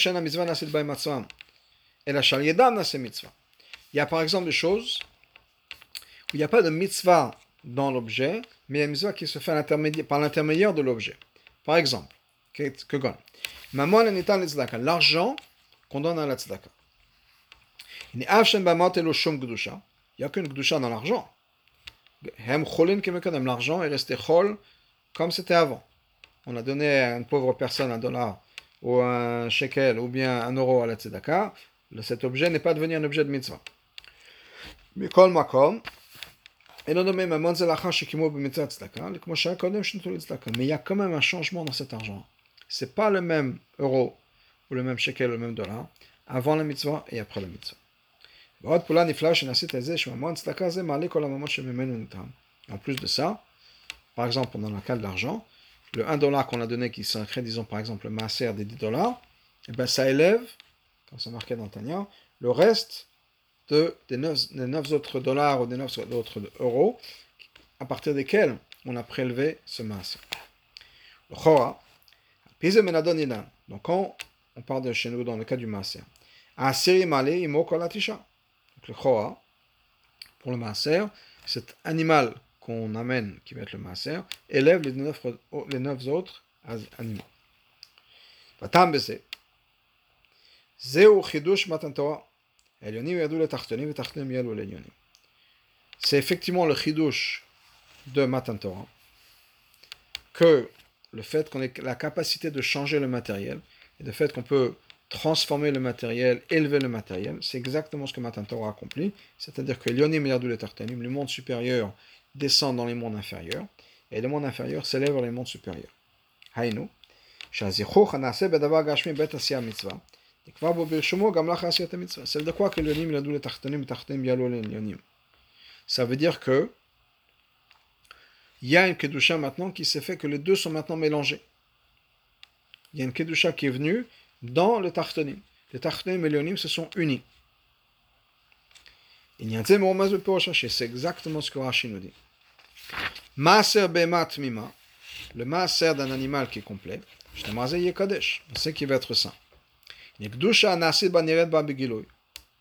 par exemple des choses où il n'y a pas de mitzvah dans l'objet, mais il y a une mitzvah qui se fait par l'intermédiaire de l'objet. Par exemple, l'argent qu'on donne à la tzedaka. Il n'y a qu'une kedusha dans l'argent. L'argent est resté chol comme c'était avant. On a donné à une pauvre personne $1 ou un shekel ou bien €1 à la tzedaka, cet objet n'est pas devenu un objet de mitzvah. Mais kol makom, mais il y a quand même un changement dans cet argent. C'est pas le même euro ou le même shekel ou le même dollar avant la mitzvah et après la mitzvah. En plus de ça, par exemple, dans le cas de l'argent, le $1 qu'on a donné, qui s'inscrit, disons par exemple le maaser des $10, et ben ça élève, comme c'est marqué dans Tanya, le reste des 9 autres dollars ou des 9 autres euros, à partir desquels on a prélevé ce maaser. Le chora, donc quand on parle de chez nous dans le cas du maaser, donc le chora, pour le maaser, cet animal qu'on amène, qui va être le maaser, élève les 9 autres animaux. C'est effectivement le chidush de Matan Torah, que le fait qu'on ait la capacité de changer le matériel, et le fait qu'on peut transformer le matériel, élever le matériel, c'est exactement ce que Matan Torah accomplit, c'est-à-dire que le monde supérieur descend dans les mondes inférieurs, et les mondes inférieurs s'élèvent vers les mondes supérieurs. Haïnou, c'est de quoi que ça veut dire que il y a une kedusha maintenant qui s'est fait que les deux sont maintenant mélangés. Il y a une kedusha qui est venue dans le tachtonim. Les tachtonim et les lyonim se sont unis. C'est exactement ce que Rashi nous dit. Maaser be'emat mima, le maaser d'un animal qui est complet, on sait qu'il va être saint.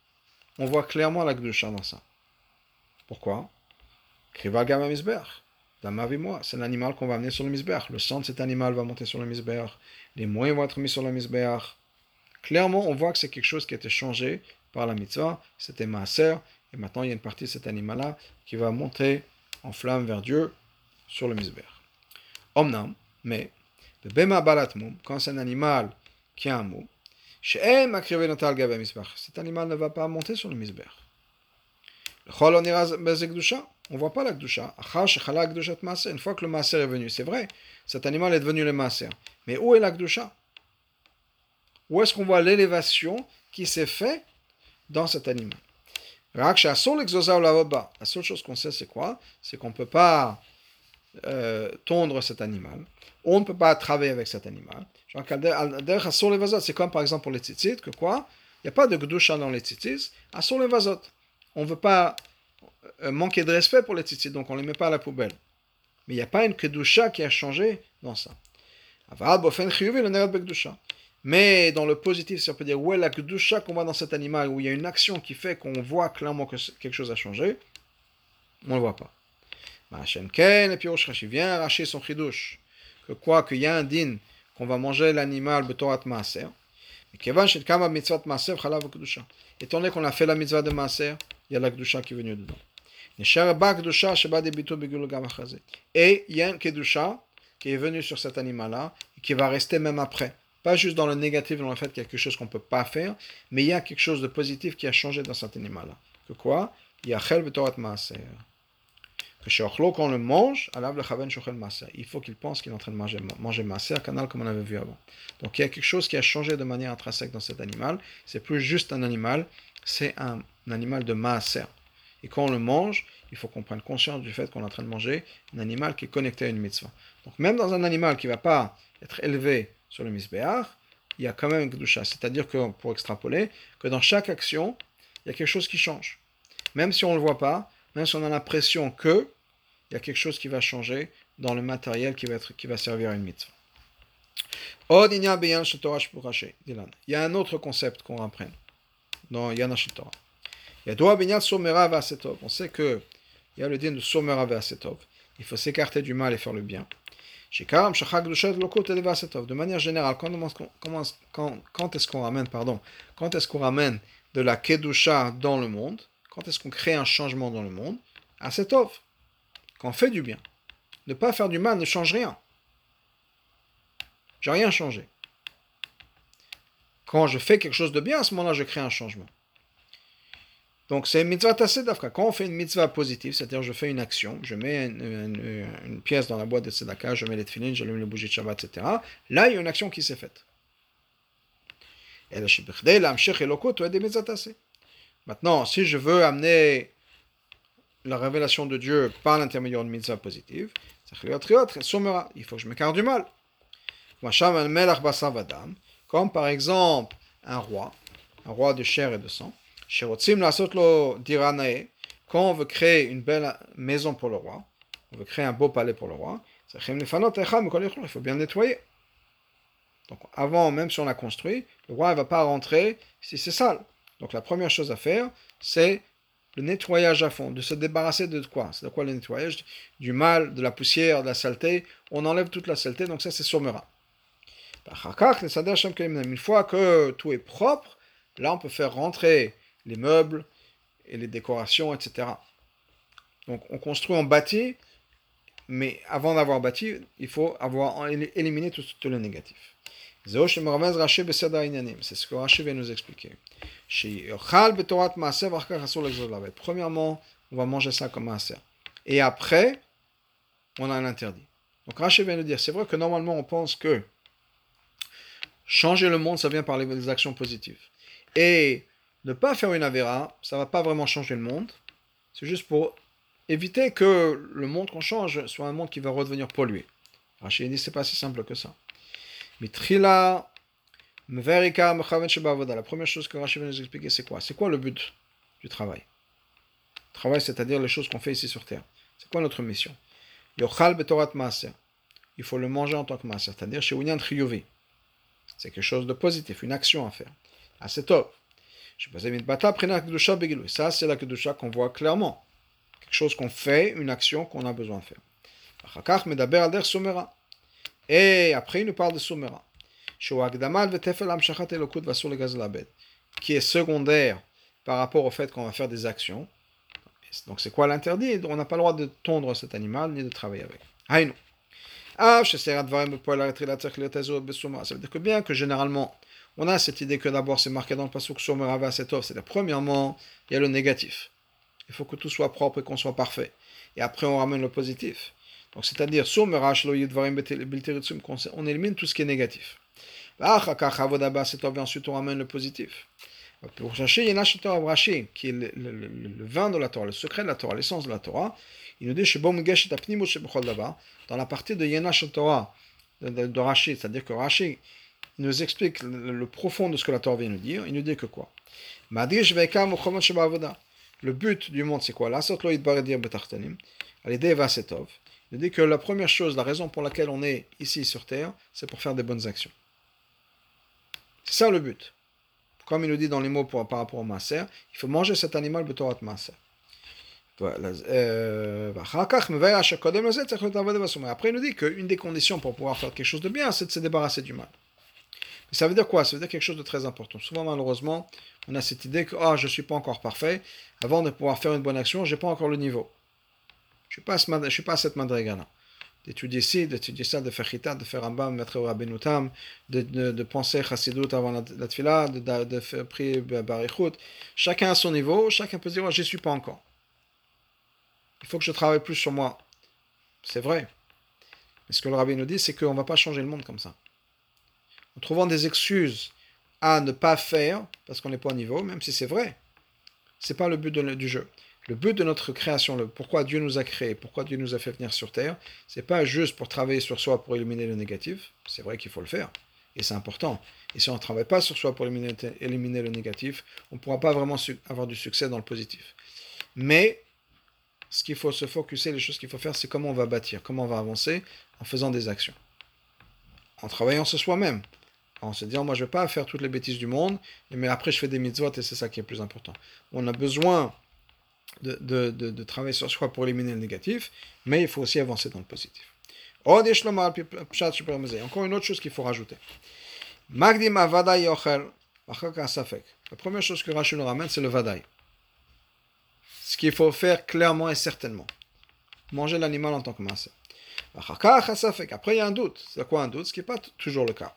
On voit clairement la kedusha dans ça. Pourquoi? moi, c'est l'animal qu'on va amener sur le misbéach. Le sang de cet animal va monter sur le misbéach. Les moyens vont être mis sur le misbéach. Clairement, on voit que c'est quelque chose qui a été changé par la mitzvah. C'était maaser. Et maintenant, il y a une partie de cet animal-là qui va monter en flamme vers Dieu sur le misbéach. Omnam, mais, le bema balat moum, quand c'est un animal qui a un moum, cet animal ne va pas monter sur le misbéach. On ne voit pas la Gdusha. Une fois que le Maaser est venu, c'est vrai, cet animal est devenu le Maaser. Mais où est la Gdusha? Où est-ce qu'on voit l'élévation qui s'est faite dans cet animal? La seule chose qu'on sait, c'est quoi? C'est qu'on ne peut pas tondre cet animal. On ne peut pas travailler avec cet animal. C'est comme par exemple pour les tzitzit, que quoi? Il n'y a pas de Gdusha dans les tzitzit. Asur les vazot. On ne veut pas manquer de respect pour les tzitzit, donc on ne les met pas à la poubelle. Mais il n'y a pas une kedusha qui a changé dans ça. Mais dans le positif, si on peut dire, où est la kedusha qu'on voit dans cet animal, où il y a une action qui fait qu'on voit clairement que quelque chose a changé, on ne le voit pas. Et puis Rashi vient arracher son chidush, que quoi, qu'il y a un din, qu'on va manger l'animal betorat maaser. Étant donné qu'on a fait la mitzvah de maaser, il y a la kedusha qui est venue dedans. Et il y a une kedusha qui est venue sur cet animal-là et qui va rester même après. Pas juste dans le négatif, dans le fait qu'il y a quelque chose qu'on ne peut pas faire, mais il y a quelque chose de positif qui a changé dans cet animal-là. Que quoi? Il y a chel betorat maaser. Que quand on le mange, il faut qu'il pense qu'il est en train de manger maaser, canal comme on avait vu avant. Donc il y a quelque chose qui a changé de manière intrinsèque dans cet animal. C'est plus juste un animal, c'est un animal de maaser. Et quand on le mange, il faut qu'on prenne conscience du fait qu'on est en train de manger un animal qui est connecté à une mitzvah. Donc même dans un animal qui ne va pas être élevé sur le misbéach, il y a quand même une kedusha. C'est-à-dire que, pour extrapoler, que dans chaque action, il y a quelque chose qui change. Même si on ne le voit pas, même si on a l'impression que, il y a quelque chose qui va changer dans le matériel qui va servir à une mitzvah. Il y a un autre concept qu'on apprend dans Yana Shel Torah. On sait qu'il y a le din de Somera Ve'asetov. Il faut s'écarter du mal et faire le bien. De manière générale, quand est-ce qu'on ramène de la Kedusha dans le monde? Quand est-ce qu'on crée un changement dans le monde? Asetov. Quand on fait du bien. Ne pas faire du mal ne change rien. J'ai rien changé. Quand je fais quelque chose de bien, à ce moment-là, je crée un changement. Donc c'est une mitzvah tassé d'afka. Quand on fait une mitzvah positive, c'est-à-dire je fais une action, je mets une pièce dans la boîte de tzedaka, je mets les tefillin, j'allume les bougies de Shabbat, etc. Là, il y a une action qui s'est faite. Maintenant, si je veux amener la révélation de Dieu par l'intermédiaire d'une mitzvah positive, il faut que je m'écarte du mal. Comme par exemple un roi de chair et de sang. Quand on veut créer une belle maison pour le roi, on veut créer un beau palais pour le roi, il faut bien nettoyer. Donc avant, même si on l'a construit, le roi ne va pas rentrer si c'est sale. Donc la première chose à faire, c'est le nettoyage à fond, de se débarrasser de quoi? C'est de quoi le nettoyage? Du mal, de la poussière, de la saleté. On enlève toute la saleté, donc ça c'est somera. Une fois que tout est propre, là on peut faire rentrer les meubles et les décorations, etc. Donc on construit, on bâtit, mais avant d'avoir bâti, il faut avoir éliminé tout le négatif. C'est ce que Rashi vient nous expliquer. Premièrement, on va manger ça comme maaser. Et après, on a un interdit. Donc Rashi vient nous dire, c'est vrai que normalement on pense que changer le monde, ça vient par les actions positives. Et ne pas faire une avéra, ça ne va pas vraiment changer le monde. C'est juste pour éviter que le monde qu'on change soit un monde qui va redevenir pollué. Rashi dit, c'est pas si simple que ça. Mitrila, Mverika, Mechaven Shebavoda. La première chose que Rashi vient nous expliquer, c'est quoi? C'est quoi le but du travail? Le travail, c'est-à-dire les choses qu'on fait ici sur Terre. C'est quoi notre mission? Yochal betorat maaser. Il faut le manger en tant que maaser, c'est-à-dire chez Unyan Triyuvi. C'est quelque chose de positif, une action à faire. Ah, c'est top. Ça, c'est la kedusha qu'on voit clairement. Quelque chose qu'on fait, une action qu'on a besoin de faire. Et après, il nous parle de Soumera, qui est secondaire par rapport au fait qu'on va faire des actions. Donc, c'est quoi l'interdit? On n'a pas le droit de tondre cet animal ni de travailler avec. Haïnou. Ça veut dire que bien que généralement, on a cette idée que d'abord c'est marqué dans le pasuk Soumera Vasetov, c'est-à-dire premièrement, il y a le négatif. Il faut que tout soit propre et qu'on soit parfait. Et après, on ramène le positif. Donc, c'est-à-dire, on élimine tout ce qui est négatif. Et ensuite, on ramène le positif. Pour chercher Rashi, qui est le vin de la Torah, le secret de la Torah, l'essence de la Torah, il nous dit dans la partie de Yenash Torah de Rashi, c'est-à-dire que Rashi nous explique le profond de ce que la Torah vient nous dire. Il nous dit que quoi? Le but du monde, c'est quoi? Il dit que la première chose, la raison pour laquelle on est ici sur terre, c'est pour faire des bonnes actions. C'est ça le but. Comme il nous dit dans les mots par rapport au maaser, il faut manger cet animal b'torat maaser. Après, il nous dit qu'une des conditions pour pouvoir faire quelque chose de bien, c'est de se débarrasser du mal. Mais ça veut dire quoi? Ça veut dire quelque chose de très important. Souvent, malheureusement, on a cette idée que je ne suis pas encore parfait. Avant de pouvoir faire une bonne action, je n'ai pas encore le niveau. Je ne suis pas à cette madrigana. D'étudier ci, d'étudier ça, de faire chita, de faire Rambam, mettre au Rabbenoutam, de penser chassidut avant la tefila, de faire prier barichut. Chacun à son niveau, chacun peut se dire, je n'y suis pas encore. Il faut que je travaille plus sur moi. C'est vrai. Mais ce que le rabbi nous dit, c'est qu'on ne va pas changer le monde comme ça. En trouvant des excuses à ne pas faire, parce qu'on n'est pas au niveau, même si c'est vrai, ce n'est pas le but du jeu. Le but de notre création, pourquoi Dieu nous a créés, pourquoi Dieu nous a fait venir sur terre, c'est pas juste pour travailler sur soi pour éliminer le négatif. C'est vrai qu'il faut le faire, et c'est important. Et si on ne travaille pas sur soi pour éliminer le négatif, on ne pourra pas vraiment avoir du succès dans le positif. Mais ce qu'il faut se focuser, les choses qu'il faut faire, c'est comment on va bâtir, comment on va avancer en faisant des actions. En travaillant sur soi-même. En se disant, moi je ne vais pas faire toutes les bêtises du monde, mais après je fais des mitzvot et c'est ça qui est plus important. On a besoin de travailler sur soi pour éliminer le négatif, mais il faut aussi avancer dans le positif. Encore une autre chose qu'il faut rajouter. La première chose que Rashi nous ramène, c'est le vadaï. Ce qu'il faut faire clairement et certainement. Manger l'animal en tant que masse. Après, il y a un doute. C'est quoi un doute? Ce qui n'est pas toujours le cas.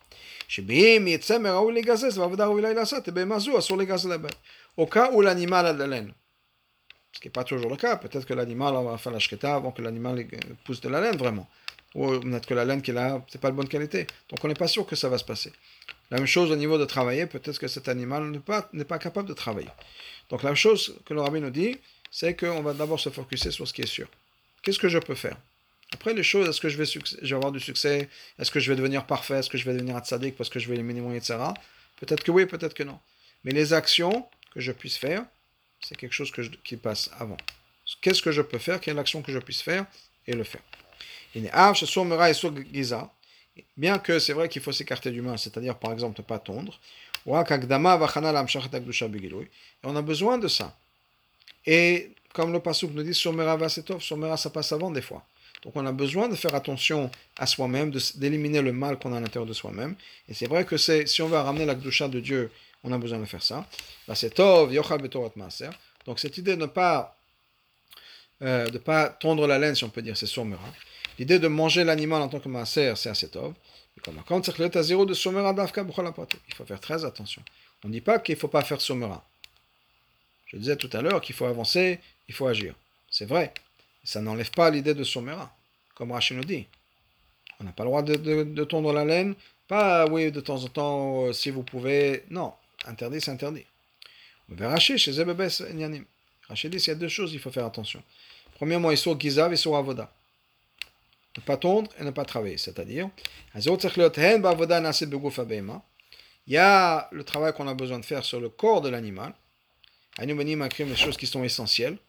Au cas où l'animal a de la laine. Ce qui n'est pas toujours le cas. Peut-être que l'animal, on va faire la shketa avant que l'animal pousse de la laine vraiment. Ou peut-être que la laine qu'il a, c'est pas de bonne qualité. Donc on n'est pas sûr que ça va se passer. La même chose au niveau de travailler, peut-être que cet animal n'est pas capable de travailler. Donc la même chose que le rabbin nous dit, c'est qu'on va d'abord se focuser sur ce qui est sûr. Qu'est-ce que je peux faire? Après les choses, est-ce que je vais avoir du succès? Est-ce que je vais devenir parfait? Est-ce que je vais devenir un tzaddik parce que je vais éliminer mon etc. Peut-être que oui, peut-être que non. Mais les actions que je puisse faire, c'est quelque chose qui passe avant. Qu'est-ce que je peux faire? Quelle action que je puisse faire? Et le faire. Bien que c'est vrai qu'il faut s'écarter du mal, c'est-à-dire par exemple ne pas tondre. Et on a besoin de ça. Et comme le pasuk nous dit, Somera Vasetov, Somera ça passe avant des fois. Donc on a besoin de faire attention à soi-même, d'éliminer le mal qu'on a à l'intérieur de soi-même. Et c'est vrai que si on veut ramener la Gdusha de Dieu, on a besoin de faire ça. Vasetov, Yochal Betorat Maaser. Donc cette idée de ne pas tondre la laine, si on peut dire, c'est Somera. L'idée de manger l'animal en tant que Maaser, c'est Asetov. Il faut faire très attention. On ne dit pas qu'il ne faut pas faire Somera. Je disais tout à l'heure qu'il faut avancer, il faut agir. C'est vrai. Ça n'enlève pas l'idée de Somera, comme Rashi nous dit. On n'a pas le droit de tondre la laine. Pas, oui, de temps en temps, si vous pouvez. Non, interdit, c'est interdit. Rashi, chez Zebebes Nyanim. Rashi dit qu'il y a deux choses, il faut faire attention. Premièrement, il sur Gizav et sur Avoda. Ne pas tondre et ne pas travailler. C'est-à-dire, il y a le travail qu'on a besoin de faire sur le corps de l'animal. Les choses qui sont essentielles.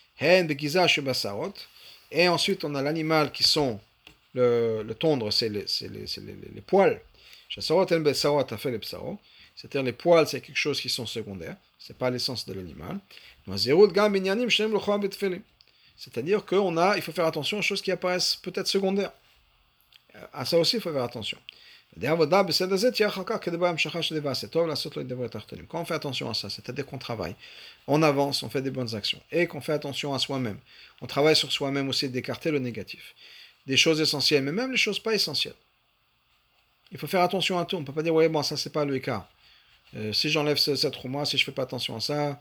Et ensuite, on a l'animal qui sont le tondre, c'est les poils. C'est-à-dire les poils, c'est quelque chose qui sont secondaires. C'est pas l'essence de l'animal. C'est-à-dire il faut faire attention aux choses qui apparaissent peut-être secondaires. À ça aussi, il faut faire attention. Quand on fait attention à ça, c'est-à-dire qu'on travaille, on avance, on fait des bonnes actions, et qu'on fait attention à soi-même, on travaille sur soi-même aussi d'écarter le négatif, des choses essentielles, mais même les choses pas essentielles. Il faut faire attention à tout, on ne peut pas dire, ouais, bon, ça c'est pas le écart. Si j'enlève cette roue, si je fais pas attention à ça,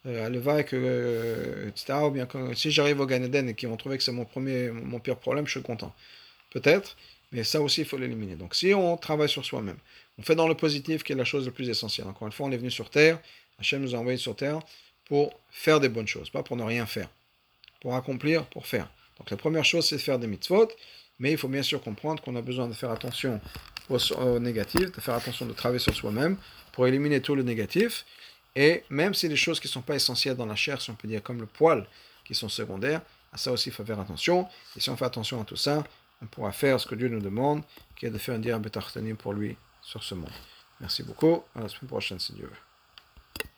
etc., ou bien si j'arrive au Gan Eden et qu'ils vont trouver que c'est mon pire problème, je suis content. Peut-être, mais ça aussi, il faut l'éliminer. Donc, si on travaille sur soi-même, on fait dans le positif, qui est la chose la plus essentielle. Encore une fois, on est venu sur Terre, Hachem nous a envoyés sur Terre pour faire des bonnes choses, pas pour ne rien faire. Pour accomplir, pour faire. Donc, la première chose, c'est de faire des mitzvot, mais il faut bien sûr comprendre qu'on a besoin de faire attention au négatif, de faire attention de travailler sur soi-même pour éliminer tout le négatif. Et même si les choses qui ne sont pas essentielles dans la chair, si on peut dire comme le poil, qui sont secondaires, à ça aussi il faut faire attention. Et si on fait attention à tout ça, on pourra faire ce que Dieu nous demande, qui est de faire un dir betartanim pour lui sur ce monde. Merci beaucoup. À la semaine prochaine, si Dieu veut.